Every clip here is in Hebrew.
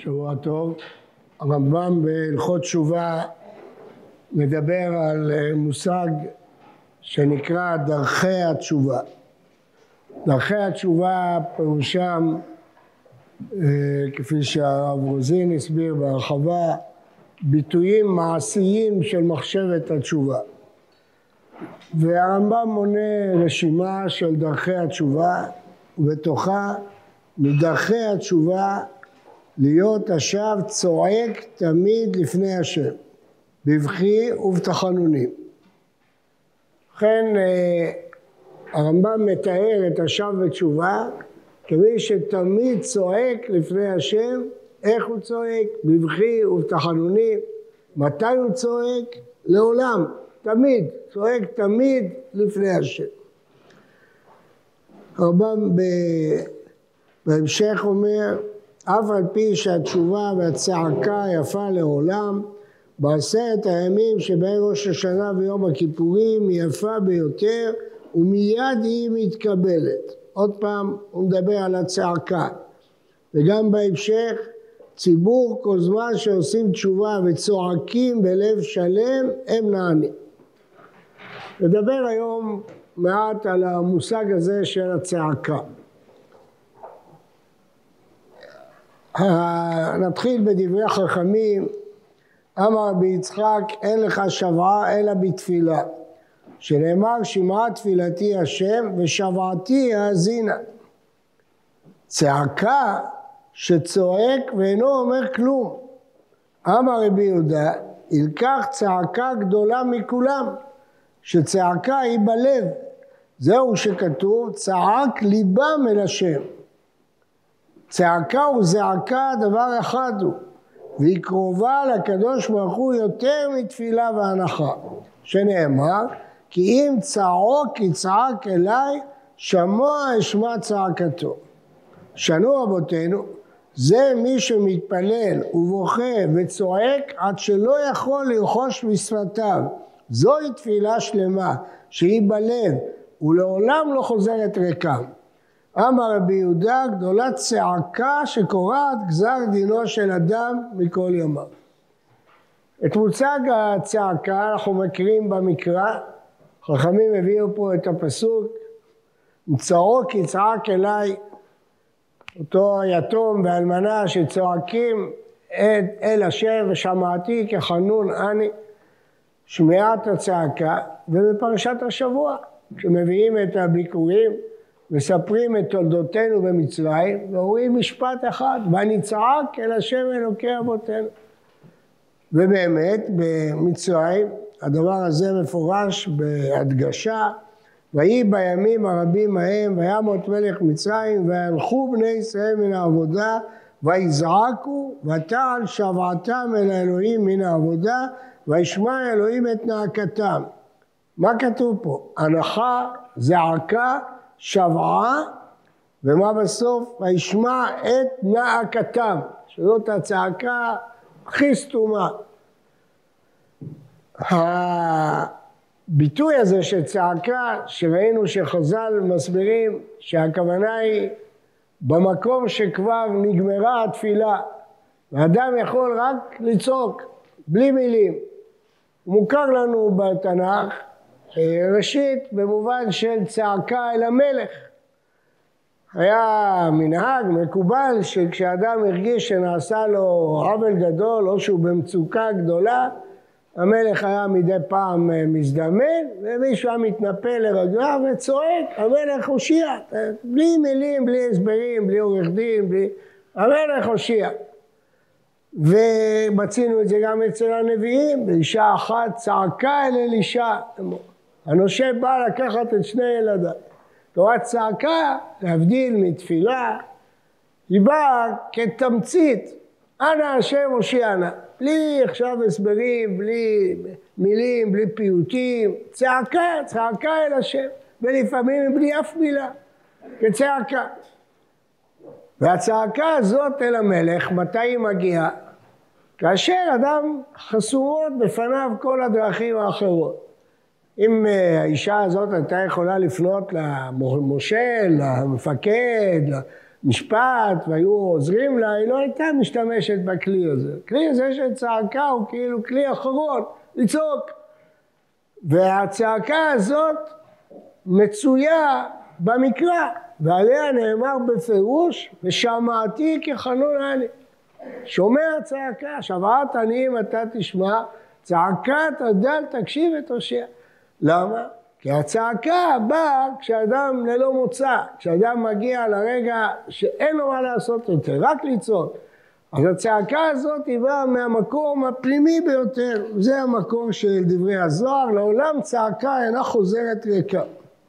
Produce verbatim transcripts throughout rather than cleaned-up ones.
שבוע טוב. הרמב"ם בהלכות תשובה מדבר על מושג שנקרא דרכי התשובה. דרכי התשובה פירושם, כפי שהרב רוזין הסביר בהרחבה, ביטויים מעשיים של מחשבת התשובה. והרמב"ם מונה רשימה של דרכי התשובה, ובתוכה מדרכי התשובה להיות השב צועק תמיד לפני השם, בבכי ובתחנונים. לכן הרמב"ם מתאר את השב בתשובה כמי שתמיד צועק לפני השם. איך הוא צועק? בבכי ובתחנונים. מתי הוא צועק? לעולם, תמיד, צועק תמיד לפני השם. הרמב"ם בהמשך אומר, אף על פי שהתשובה והצעקה יפה לעולם, בעשרת הימים שבין ראש השנה ויום הכיפורים היא יפה ביותר, ומיד היא מתקבלת. עוד פעם הוא מדבר על הצעקה. וגם בהמשך, ציבור כל זמן שעושים תשובה וצועקים בלב שלם, הם נענים. נדבר היום מעט על המושג הזה של הצעקה. נתחיל בדברי החכמים. אמר רבי יצחק, אין לך שבעה אלא בתפילה, שנאמר שמעה תפילתי השם ושבעתי האזינה. צעקה שצועק ואינו אומר כלום. אמר רבי יהודה, ילקח צעקה גדולה מכולם, שצעקה היא בלב. זהו שכתוב, צעק ליבם אל השם. צעקה וזעקה דבר אחד הוא, והיא קרובה לקדוש ברוך הוא יותר מתפילה והנחה, שנאמר, כי אם צעוק יצעק אליי, שמוע אשמע צעקתו. שנו רבותינו, זה מי שמתפלל ובוכה וצועק עד שלא יכול לרחוש בשפתיו. זוהי תפילה שלמה שהיא בלב ולעולם לא חוזרת ריקם. אמר רבי יהודה, גדולת צעקה שקורעת גזר דינו של אדם מכל ימיו. את מושג הצעקה אנחנו מכירים במקרא. חכמים הביאו פה את הפסוק, צעוק יצעק אליי, אותו היתום והאלמנה שצועקים אל השם ושמעתי כחנון אני. שמיעת הצעקה, ובפרשת השבוע כשמביאים את הביקורים מספרים את תולדותינו במצרים ואומרים משפט אחד, ונצעק אל השם אלוקי אבותינו. ובאמת במצרים הדבר הזה מפורש בהדגשה, ויהי בימים הרבים ההם וימות מלך מצרים וילכו בני ישראל מן העבודה ויזעקו ותעל שבעתם אל האלוהים מן העבודה וישמע אלוהים את נאקתם. מה כתוב פה? הנחה, זעקה, שבעה, ומה בסוף? וישמע את נאקתם, שזאת הצעקה הכי סתומה. הביטוי הזה של צעקה, שראינו שחז"ל מסבירים שהכוונה היא במקום שכבר נגמרה התפילה, והאדם יכול רק לצעוק, בלי מילים. מוכר לנו בתנ"ך, ראשית במובן של צעקה אל המלך. היה מנהג מקובל שכשאדם הרגיש שנעשה לו עוול גדול או שהוא במצוקה גדולה, המלך היה מדי פעם מזדמן ומישהו היה מתנפל לרגליו וצועק, המלך הושיע, בלי מילים, בלי הסברים, בלי עורך דין, בלי... המלך הושיע. ומצינו את זה גם אצל הנביאים, באישה אחת צעקה אל אלישע, הנושה בא לקחת את שני ילדיו. תורת צעקה, להבדיל מתפילה, היא באה כתמצית, אנא השם הושיענה, בלי עכשיו הסברים, בלי מילים, בלי פיוטים, צעקה, צעקה אל השם, ולפעמים בלי אף מילה, כצעקה. והצעקה הזאת אל המלך, מתי היא מגיעה? כאשר אדם חסומות בפניו כל הדרכים האחרות. אם האישה הזאת הייתה יכולה לפנות למושל, למפקד, משפט והיו עוזרים לה, היא לא הייתה משתמשת בכלי הזה. הכלי הזה של צעקה הוא כאילו כלי אחרון, לצעוק. והצעקה הזאת מצויה במקרא, ועליה נאמר בפירוש, ושמעתי כחנון אני. שומע צעקה, שבעת עניים אתה תשמע, צעקת הדל תקשיב ותושיע. למה? כי הצעקה באה כשאדם ללא מוצא, כשאדם מגיע לרגע שאין לו מה לעשות יותר, רק לצעוק. אז הצעקה הזאת היא באה מהמקום הפנימי ביותר, זה המקום של דברי הזוהר, לעולם צעקה אינה חוזרת ריקה.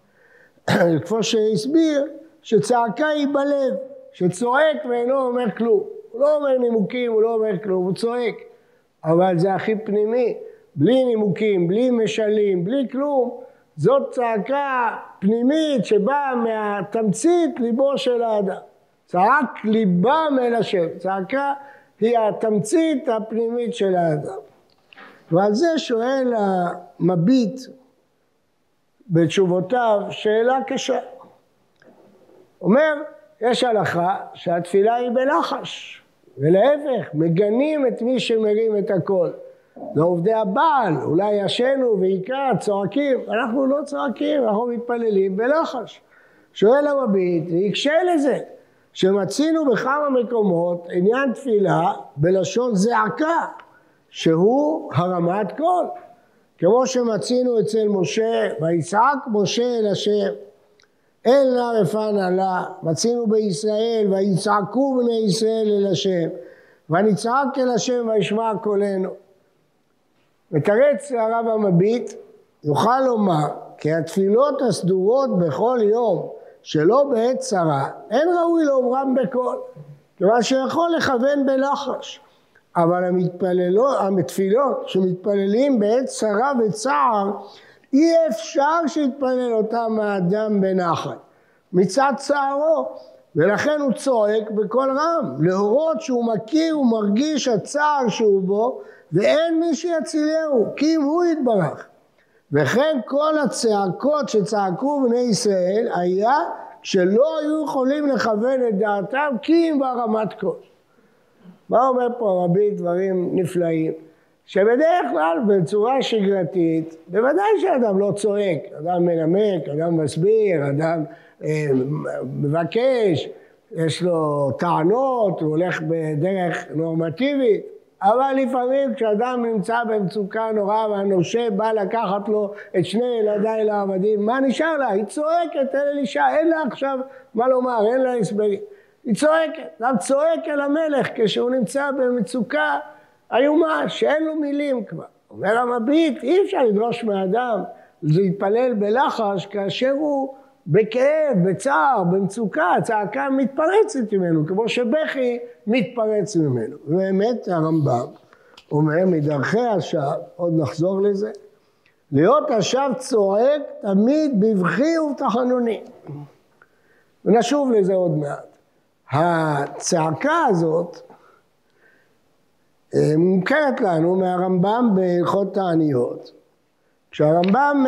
כמו שהסביר, שצעקה היא בלב, שצועק ואינו אומר כלום. הוא לא אומר נימוקים, הוא לא אומר כלום, הוא צועק. אבל זה הכי פנימי, בלי נימוקים, בלי משלים, בלי כלום. זאת צעקה פנימית שבאה מהתמצית ליבו של האדם. צעק ליבם אל השם. צעקה היא התמצית הפנימית של האדם. ועל זה שואל המביט בתשובותיו שאלה קשה. אומר, יש הלכה שהתפילה היא בלחש, ולהפך, מגנים את מי שמרים את הכל. זה עובדי הבעל, אולי ישנו ויקרא, צועקים, אנחנו לא צועקים, אנחנו מתפללים בלחש. שואל המביט, ויקשה לזה, שמצינו בכמה מקומות עניין תפילה בלשון זעקה, שהוא הרמת קול. כמו שמצינו אצל משה, ויצעק משה אל השם, אל נא רפא נא לה, מצינו בישראל, ויצעקו בני ישראל אל השם, ונצעק אל השם וישמע קולנו. מתרץ הרב המביט, יוכל לומר, כי התפילות הסדורות בכל יום, שלא בעת צרה, אין ראוי לאומרם בקול, כיוון שיכול לכוון בלחש. אבל המתפללות, המתפילות שמתפללים בעת צרה וצער, אי אפשר שיתפלל אותם האדם בנחת, מצד צערו, ולכן הוא צועק בקול רם, להורות שהוא מכיר ומרגיש הצער שהוא בו, ואין מי שיצילהו, כי אם הוא יתברך. וכן כל הצעקות שצעקו בני ישראל, היה שלא היו יכולים לכוון את דעתם, כי אם ברמת קול. מה אומר פה רבי? דברים נפלאים, שבדרך כלל בצורה שגרתית, בוודאי שאדם לא צועק, אדם מנמק, אדם מסביר, אדם אה, מבקש, יש לו טענות, הוא הולך בדרך נורמטיבית, אבל לפעמים כשאדם נמצא במצוקה נורא והנושה בא לקחת לו את שני ילדיי לעבדים, מה נשאר לה? היא צועקת אל אלישע, אין לה עכשיו מה לומר, אין לה הסברים. היא צועקת, גם צועק אל המלך כשהוא נמצא במצוקה איומה, שאין לו מילים כבר. אומר המביט, אי אפשר לדרוש מאדם להתפלל בלחש כאשר הוא בכאב, בצער, במצוקה, הצעקה מתפרצת ממנו, כמו שבכי מתפרץ ממנו. ובאמת הרמב"ם אומר מדרכי השווא, עוד נחזור לזה, להיות השווא צועק תמיד בבכי ובתחנונים. ונשוב לזה עוד מעט. הצעקה הזאת מוכרת לנו מהרמב"ם בהלכות תעניות. כשהרמב"ם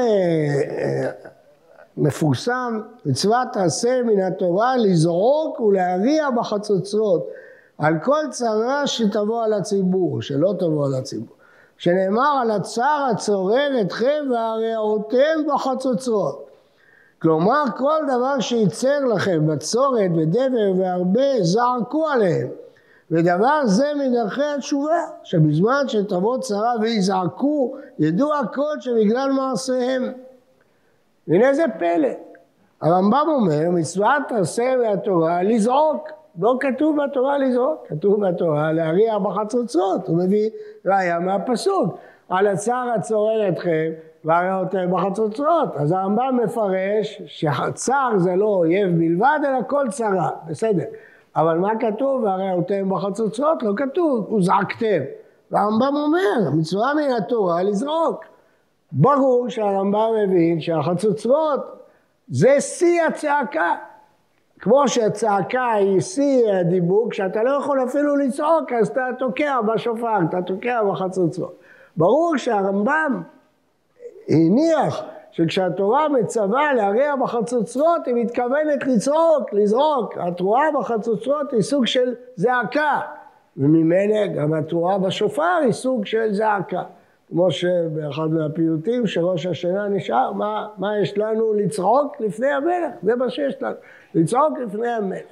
מפורסם, מצוות עשה מן התורה לזעוק ולהריע בחצוצרות על כל צרה שתבוא על הציבור, שלא תבוא על הציבור. שנאמר על הצער הצורר אתכם והריעותם בחצוצרות. כלומר, כל דבר שיצר לכם בצורת ודבר והרבה, זעקו עליהם. ודבר זה מדרכי התשובה, שבזמן שתבוא צרה ויזעקו, ידעו הכל שבגלל מעשיהם. הנה זה פלא. הרמב"ם אומר, מצוות עשה מהתורה לזעוק. לא כתוב בתורה לזעוק, כתוב בתורה להריע בחצוצרות. הוא מביא ראיה מהפסוק. על הצער הצורר אתכם, והריעותם בחצוצרות. אז הרמב"ם מפרש שצער זה לא אויב בלבד, אלא כל צרה. בסדר. אבל מה כתוב? והריעותם בחצוצרות? לא כתוב, וזעקתם. והרמב"ם אומר, מצווה מן התורה לזעוק. ברור שהרמב"ם מבין שהחצוצרות זה שיא הצעקה. כמו שהצעקה היא שיא הדיבור, כשאתה לא יכול אפילו לצעוק, אז אתה תוקע בשופר, אתה תוקע בחצוצרות. ברור שהרמב"ם הניח שכשהתורה מצווה להריע בחצוצרות, היא מתכוונת לצעוק, לזרוק. התרועה בחצוצרות היא סוג של זעקה, וממילא גם התרועה בשופר היא סוג של זעקה. כמו שבאחד מהפיוטים שראש השנה נשאר, מה, מה יש לנו לצעוק לפני המלך? זה מה שיש לנו, לצעוק לפני המלך.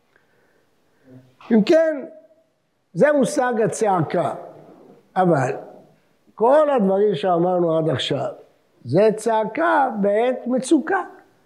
אם כן, זה מושג הצעקה, אבל כל הדברים שאמרנו עד עכשיו, זה צעקה בעת מצוקה.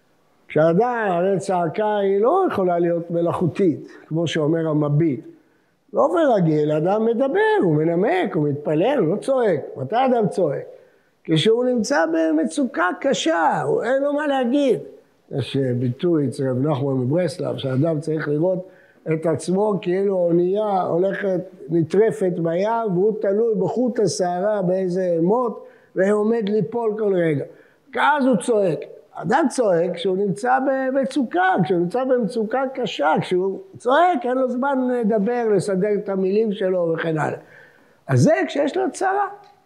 כשאדם, הרי צעקה היא לא יכולה להיות מלאכותית, כמו שאומר המביט. באופן רגיל, אדם מדבר, הוא מנמק, הוא מתפלל, הוא לא צועק. מתי אדם צועק? כשהוא נמצא במצוקה קשה, הוא אין לו מה להגיד. יש ביטוי אצל רב נחמן מברסלב, שאדם צריך לראות את עצמו כאילו אונייה הולכת נטרפת בים, והוא תלוי בחוט השערה באיזה מוט, ועומד ליפול כל רגע. אז הוא צועק. אדם צועק כשהוא נמצא במצוקה, כשהוא נמצא במצוקה קשה, כשהוא צועק אין לו זמן לדבר, לסדר את המילים שלו וכן הלאה. אז זה כשיש לו צרה.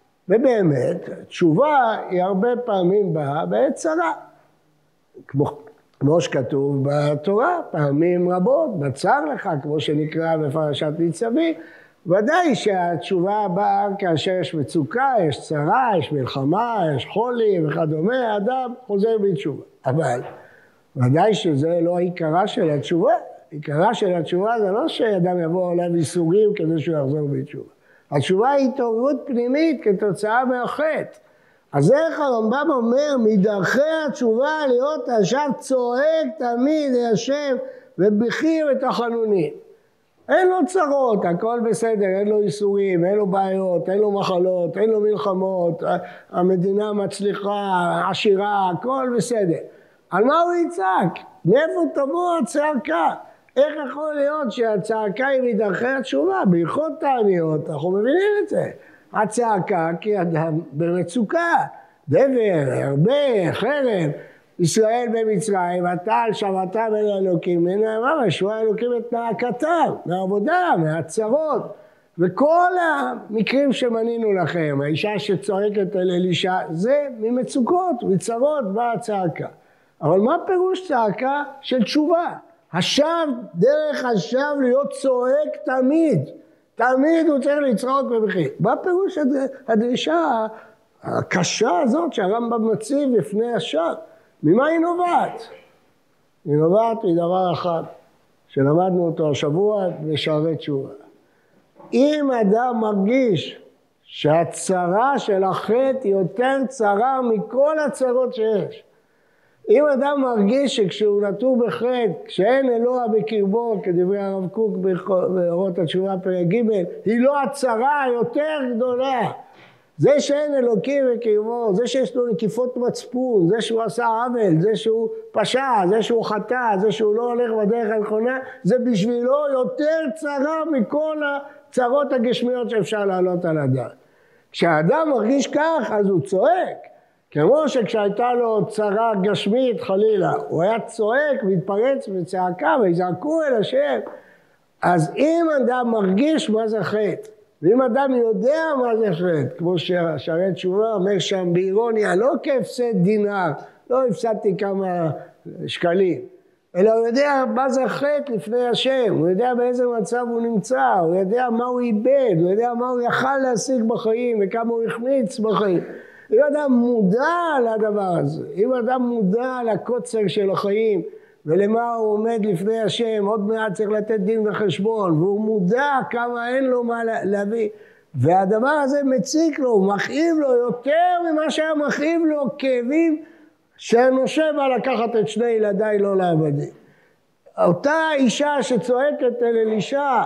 ובאמת, תשובה היא הרבה פעמים באה בעת צרה. כמו, כמו שכתוב בתורה, פעמים רבות, בצר לך, כמו שנקרא בפרשת ניצבים, ודאי שהתשובה באה כאשר יש מצוקה, יש צרה, יש מלחמה, יש חולי וכדומה, האדם חוזר בתשובה. אבל ודאי שזה לא העיקרה של התשובה. העיקרה של התשובה זה לא שאדם יבוא עליו ייסורים כדי שהוא יחזור בתשובה. התשובה היא התעוררות פנימית כתוצאה מהחטא. אז איך הרמב"ם אומר, מדרכי התשובה להיות עכשיו צועק תמיד אל השם ובכי ותחנונים. אין לו צרות, הכל בסדר, אין לו איסורים, אין לו בעיות, אין לו מחלות, אין לו מלחמות, המדינה מצליחה, עשירה, הכל בסדר. על מה הוא יצעק? מאיפה תבוא הצעקה? איך יכול להיות שהצעקה היא מדרכי התשובה? בהלכות תעניות, אנחנו מבינים את זה. הצעקה כי אדם במצוקה, דבר, הרבה, חרב, ישראל במצרים, אתה על שבתם אל האלוקים, מן האמר, ישוע האלוקים את נאקתם, מהעבודה, מהצרות, וכל המקרים שמנינו לכם, האישה שצועקת אל אלישע, זה ממצוקות, מצרות באה הצעקה. אבל מה פירוש צעקה של תשובה? השב, דרך השב להיות צועק תמיד, תמיד הוא צריך לצעוק ובכי. מה פירוש הדרישה הקשה הזאת שהרמב"ם מציב בפני השב? ממה היא נובעת? היא נובעת מדבר אחד, שלמדנו אותו השבוע בשערי תשובה. אם אדם מרגיש שהצרה של החטא היא יותר צרה מכל הצרות שיש, אם אדם מרגיש שכשהוא נטור בחטא, כשאין אלוה בקרבו, כדברי הרב קוק באורות התשובה פרק ג', היא לא הצרה היותר גדולה. זה שאין אלוקים בקרבו, זה שיש לו נקיפות מצפון, זה שהוא עשה עוול, זה שהוא פשע, זה שהוא חטא, זה שהוא לא הולך בדרך הנכונה, זה בשבילו יותר צרה מכל הצרות הגשמיות שאפשר להעלות על הדעת. כשהאדם מרגיש כך, אז הוא צועק. כמו שכשהייתה לו צרה גשמית חלילה, הוא היה צועק והתפרץ וצעקה ויזעקו אל השם. אז אם אדם מרגיש מה זה חטא, ואם אדם יודע מה זה חטא, כמו ששערי תשובה אומר שם באירוניה, לא כהפסד דינר, לא הפסדתי כמה שקלים, אלא הוא יודע מה זה חטא לפני השם, הוא יודע באיזה מצב הוא נמצא, הוא יודע מה הוא איבד, הוא יודע מה הוא יכל להשיג בחיים וכמה הוא החמיץ בחיים. אם אדם מודע לדבר הזה, אם אדם מודע לקוצר של החיים ולמה הוא עומד לפני השם, עוד מעט צריך לתת דין וחשבון, והוא מודע כמה אין לו מה להביא, והדבר הזה מציק לו, הוא מכאיב לו יותר ממה שהיה מכאיב לו כאבים שהנושה בא לקחת את שני ילדיי לא לעבדים. אותה אישה שצועקת אל אלישע,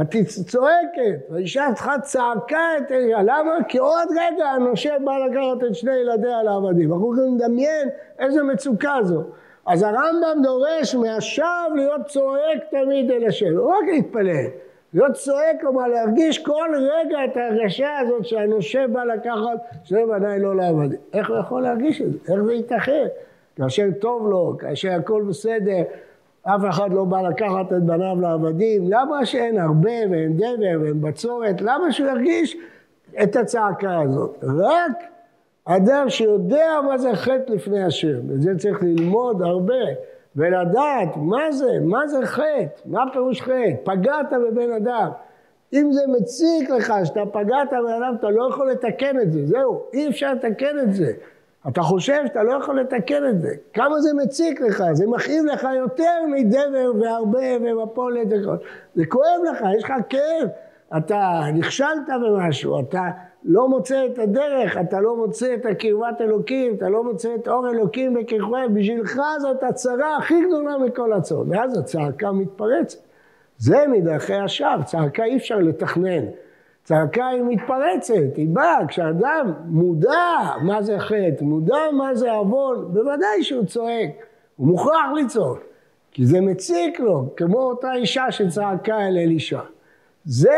וצועקת, האישה צריכה צעקה את אלישע, למה? כי עוד רגע הנושה בא לקחת את שני ילדיה לעבדים, אנחנו יכולים לדמיין איזה מצוקה זו. אז הרמב"ם דורש מהשב להיות צועק תמיד אל השם, לא רק להתפלל, להיות צועק כלומר להרגיש כל רגע את ההרגשה הזאת שהנושה בא לקחת שני בניי לא לעבדים. איך הוא יכול להרגיש את זה? איך זה ייתכן? כאשר טוב לו, כאשר הכל בסדר, אף אחד לא בא לקחת את בניו לעבדים, למה שאין הרבה ואין דבר ואין בצורת, למה שהוא ירגיש את הצעקה הזאת? רק אדם שיודע מה זה חטא לפני השם, וזה צריך ללמוד הרבה, ולדעת מה זה, מה זה חטא, מה פירוש חטא, פגעת בבן אדם. אם זה מציק לך שאתה פגעת בבן אדם, אתה לא יכול לתקן את זה, זהו, אי אפשר לתקן את זה. אתה חושב שאתה לא יכול לתקן את זה. כמה זה מציק לך, זה מכאיב לך יותר מדבר והרבה ומפולת. זה כואב לך, יש לך כאב. אתה נכשלת במשהו, אתה לא מוצא את הדרך, אתה לא מוצא את הקרבת אלוקים, אתה לא מוצא את אור אלוקים בקרבך, בשבילך זאת הצרה הכי גדולה מכל הצרות. ואז הצעקה מתפרצת. זה מדרכי השווא, צעקה אי אפשר לתכנן. צעקה היא מתפרצת, היא באה, כשאדם מודע מה זה חטא, מודע מה זה עוון, בוודאי שהוא צועק, הוא מוכרח לצעוק, כי זה מציק לו, כמו אותה אישה שצעקה אל אלישע. זה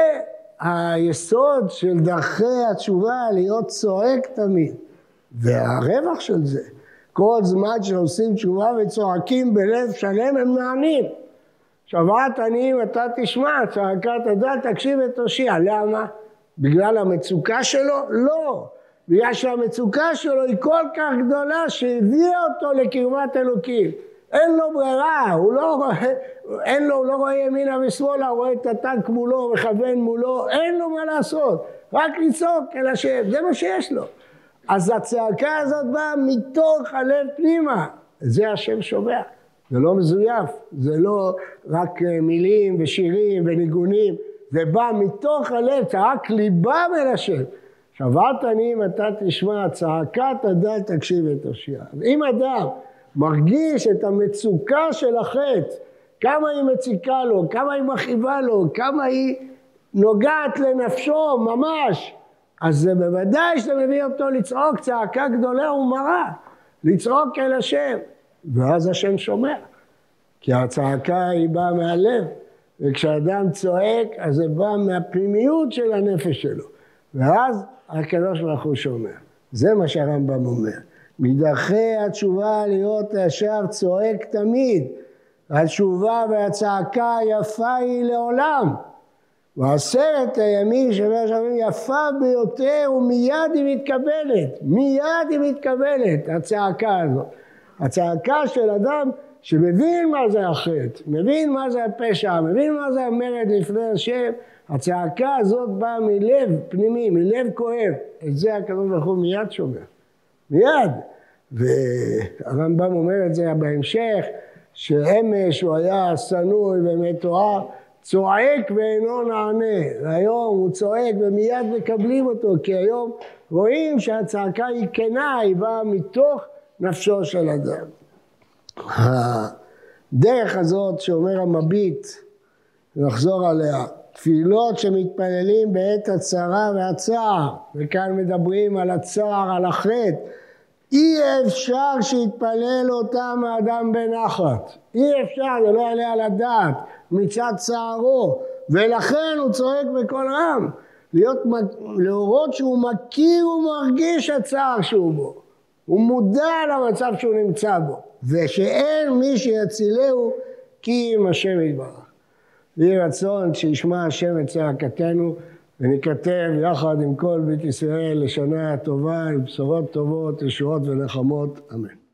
היסוד של דרכי התשובה, להיות צועק תמיד, והרווח של זה, כל זמן שעושים תשובה וצועקים בלב שלם הם נענים. שבעת עניים אתה תשמע, צעקת הדעת תקשיב ותושיע. למה? בגלל המצוקה שלו? לא. בגלל שהמצוקה שלו היא כל כך גדולה שהביאה אותו לקרבת אלוקים. אין לו ברירה, הוא לא רואה, אין לו, הוא לא רואה ימינה ושמאלה, הוא רואה את הטנק מולו וכוון מולו, אין לו מה לעשות, רק לצעוק אל השם, זה מה שיש לו. אז הצעקה הזאת באה מתוך הלב פנימה, זה השם שומע. זה לא מזויף, זה לא רק מילים ושירים וניגונים, זה בא מתוך הלב, צעק ליבם אל השם. שבעת עניים אתה תשמע, צעקת הדעת תקשיב ותושיע. אם אדם מרגיש את המצוקה של החטא, כמה היא מציקה לו, כמה היא מכאיבה לו, כמה היא נוגעת לנפשו ממש, אז זה בוודאי שאתה מביא אותו לצעוק צעקה גדולה ומרה, לצעוק אל השם. ואז השם שומע, כי הצעקה היא באה מהלב, וכשאדם צועק, אז זה בא מהפנימיות של הנפש שלו, ואז הקדוש ברוך הוא שומע. זה מה שהרמב"ם אומר. מדרכי התשובה להיות ישר צועק תמיד, התשובה והצעקה יפה היא לעולם, ועשרת הימים שבר שבים יפה ביותר ומיד היא מתקבלת, מיד היא מתקבלת, הצעקה הזאת. הצעקה של אדם שמבין מה זה החטא, מבין מה זה הפשע, מבין מה זה המרד לפני השם, הצעקה הזאת באה מלב פנימי, מלב כואב. את זה הקדוש ברוך הוא מיד שומע, מיד. והרמב"ם אומר את זה בהמשך, שאמש הוא היה שנוא ומתואר, צועק ואינו נענה, והיום הוא צועק ומיד מקבלים אותו, כי היום רואים שהצעקה היא כנה, היא באה מתוך נפשו של אדם. הדרך הזאת שאומר המביט, נחזור עליה, תפילות שמתפללים בעת הצרה והצער, וכאן מדברים על הצער, על החטא, אי אפשר שיתפלל אותם האדם בנחת, אי אפשר, זה לא יעלה על הדעת, מצד צערו, ולכן הוא צועק בכל רם, להיות, להורות שהוא מכיר ומרגיש הצער שהוא בו, הוא מודע למצב שהוא נמצא בו, ושאין מי שיצילהו כי אם השם יתברך. יהי רצון שישמע השם את צעקתנו, ונכתב יחד עם כל בית ישראל לשנה טובה, עם בשורות טובות, ישועות ונחמות, אמן.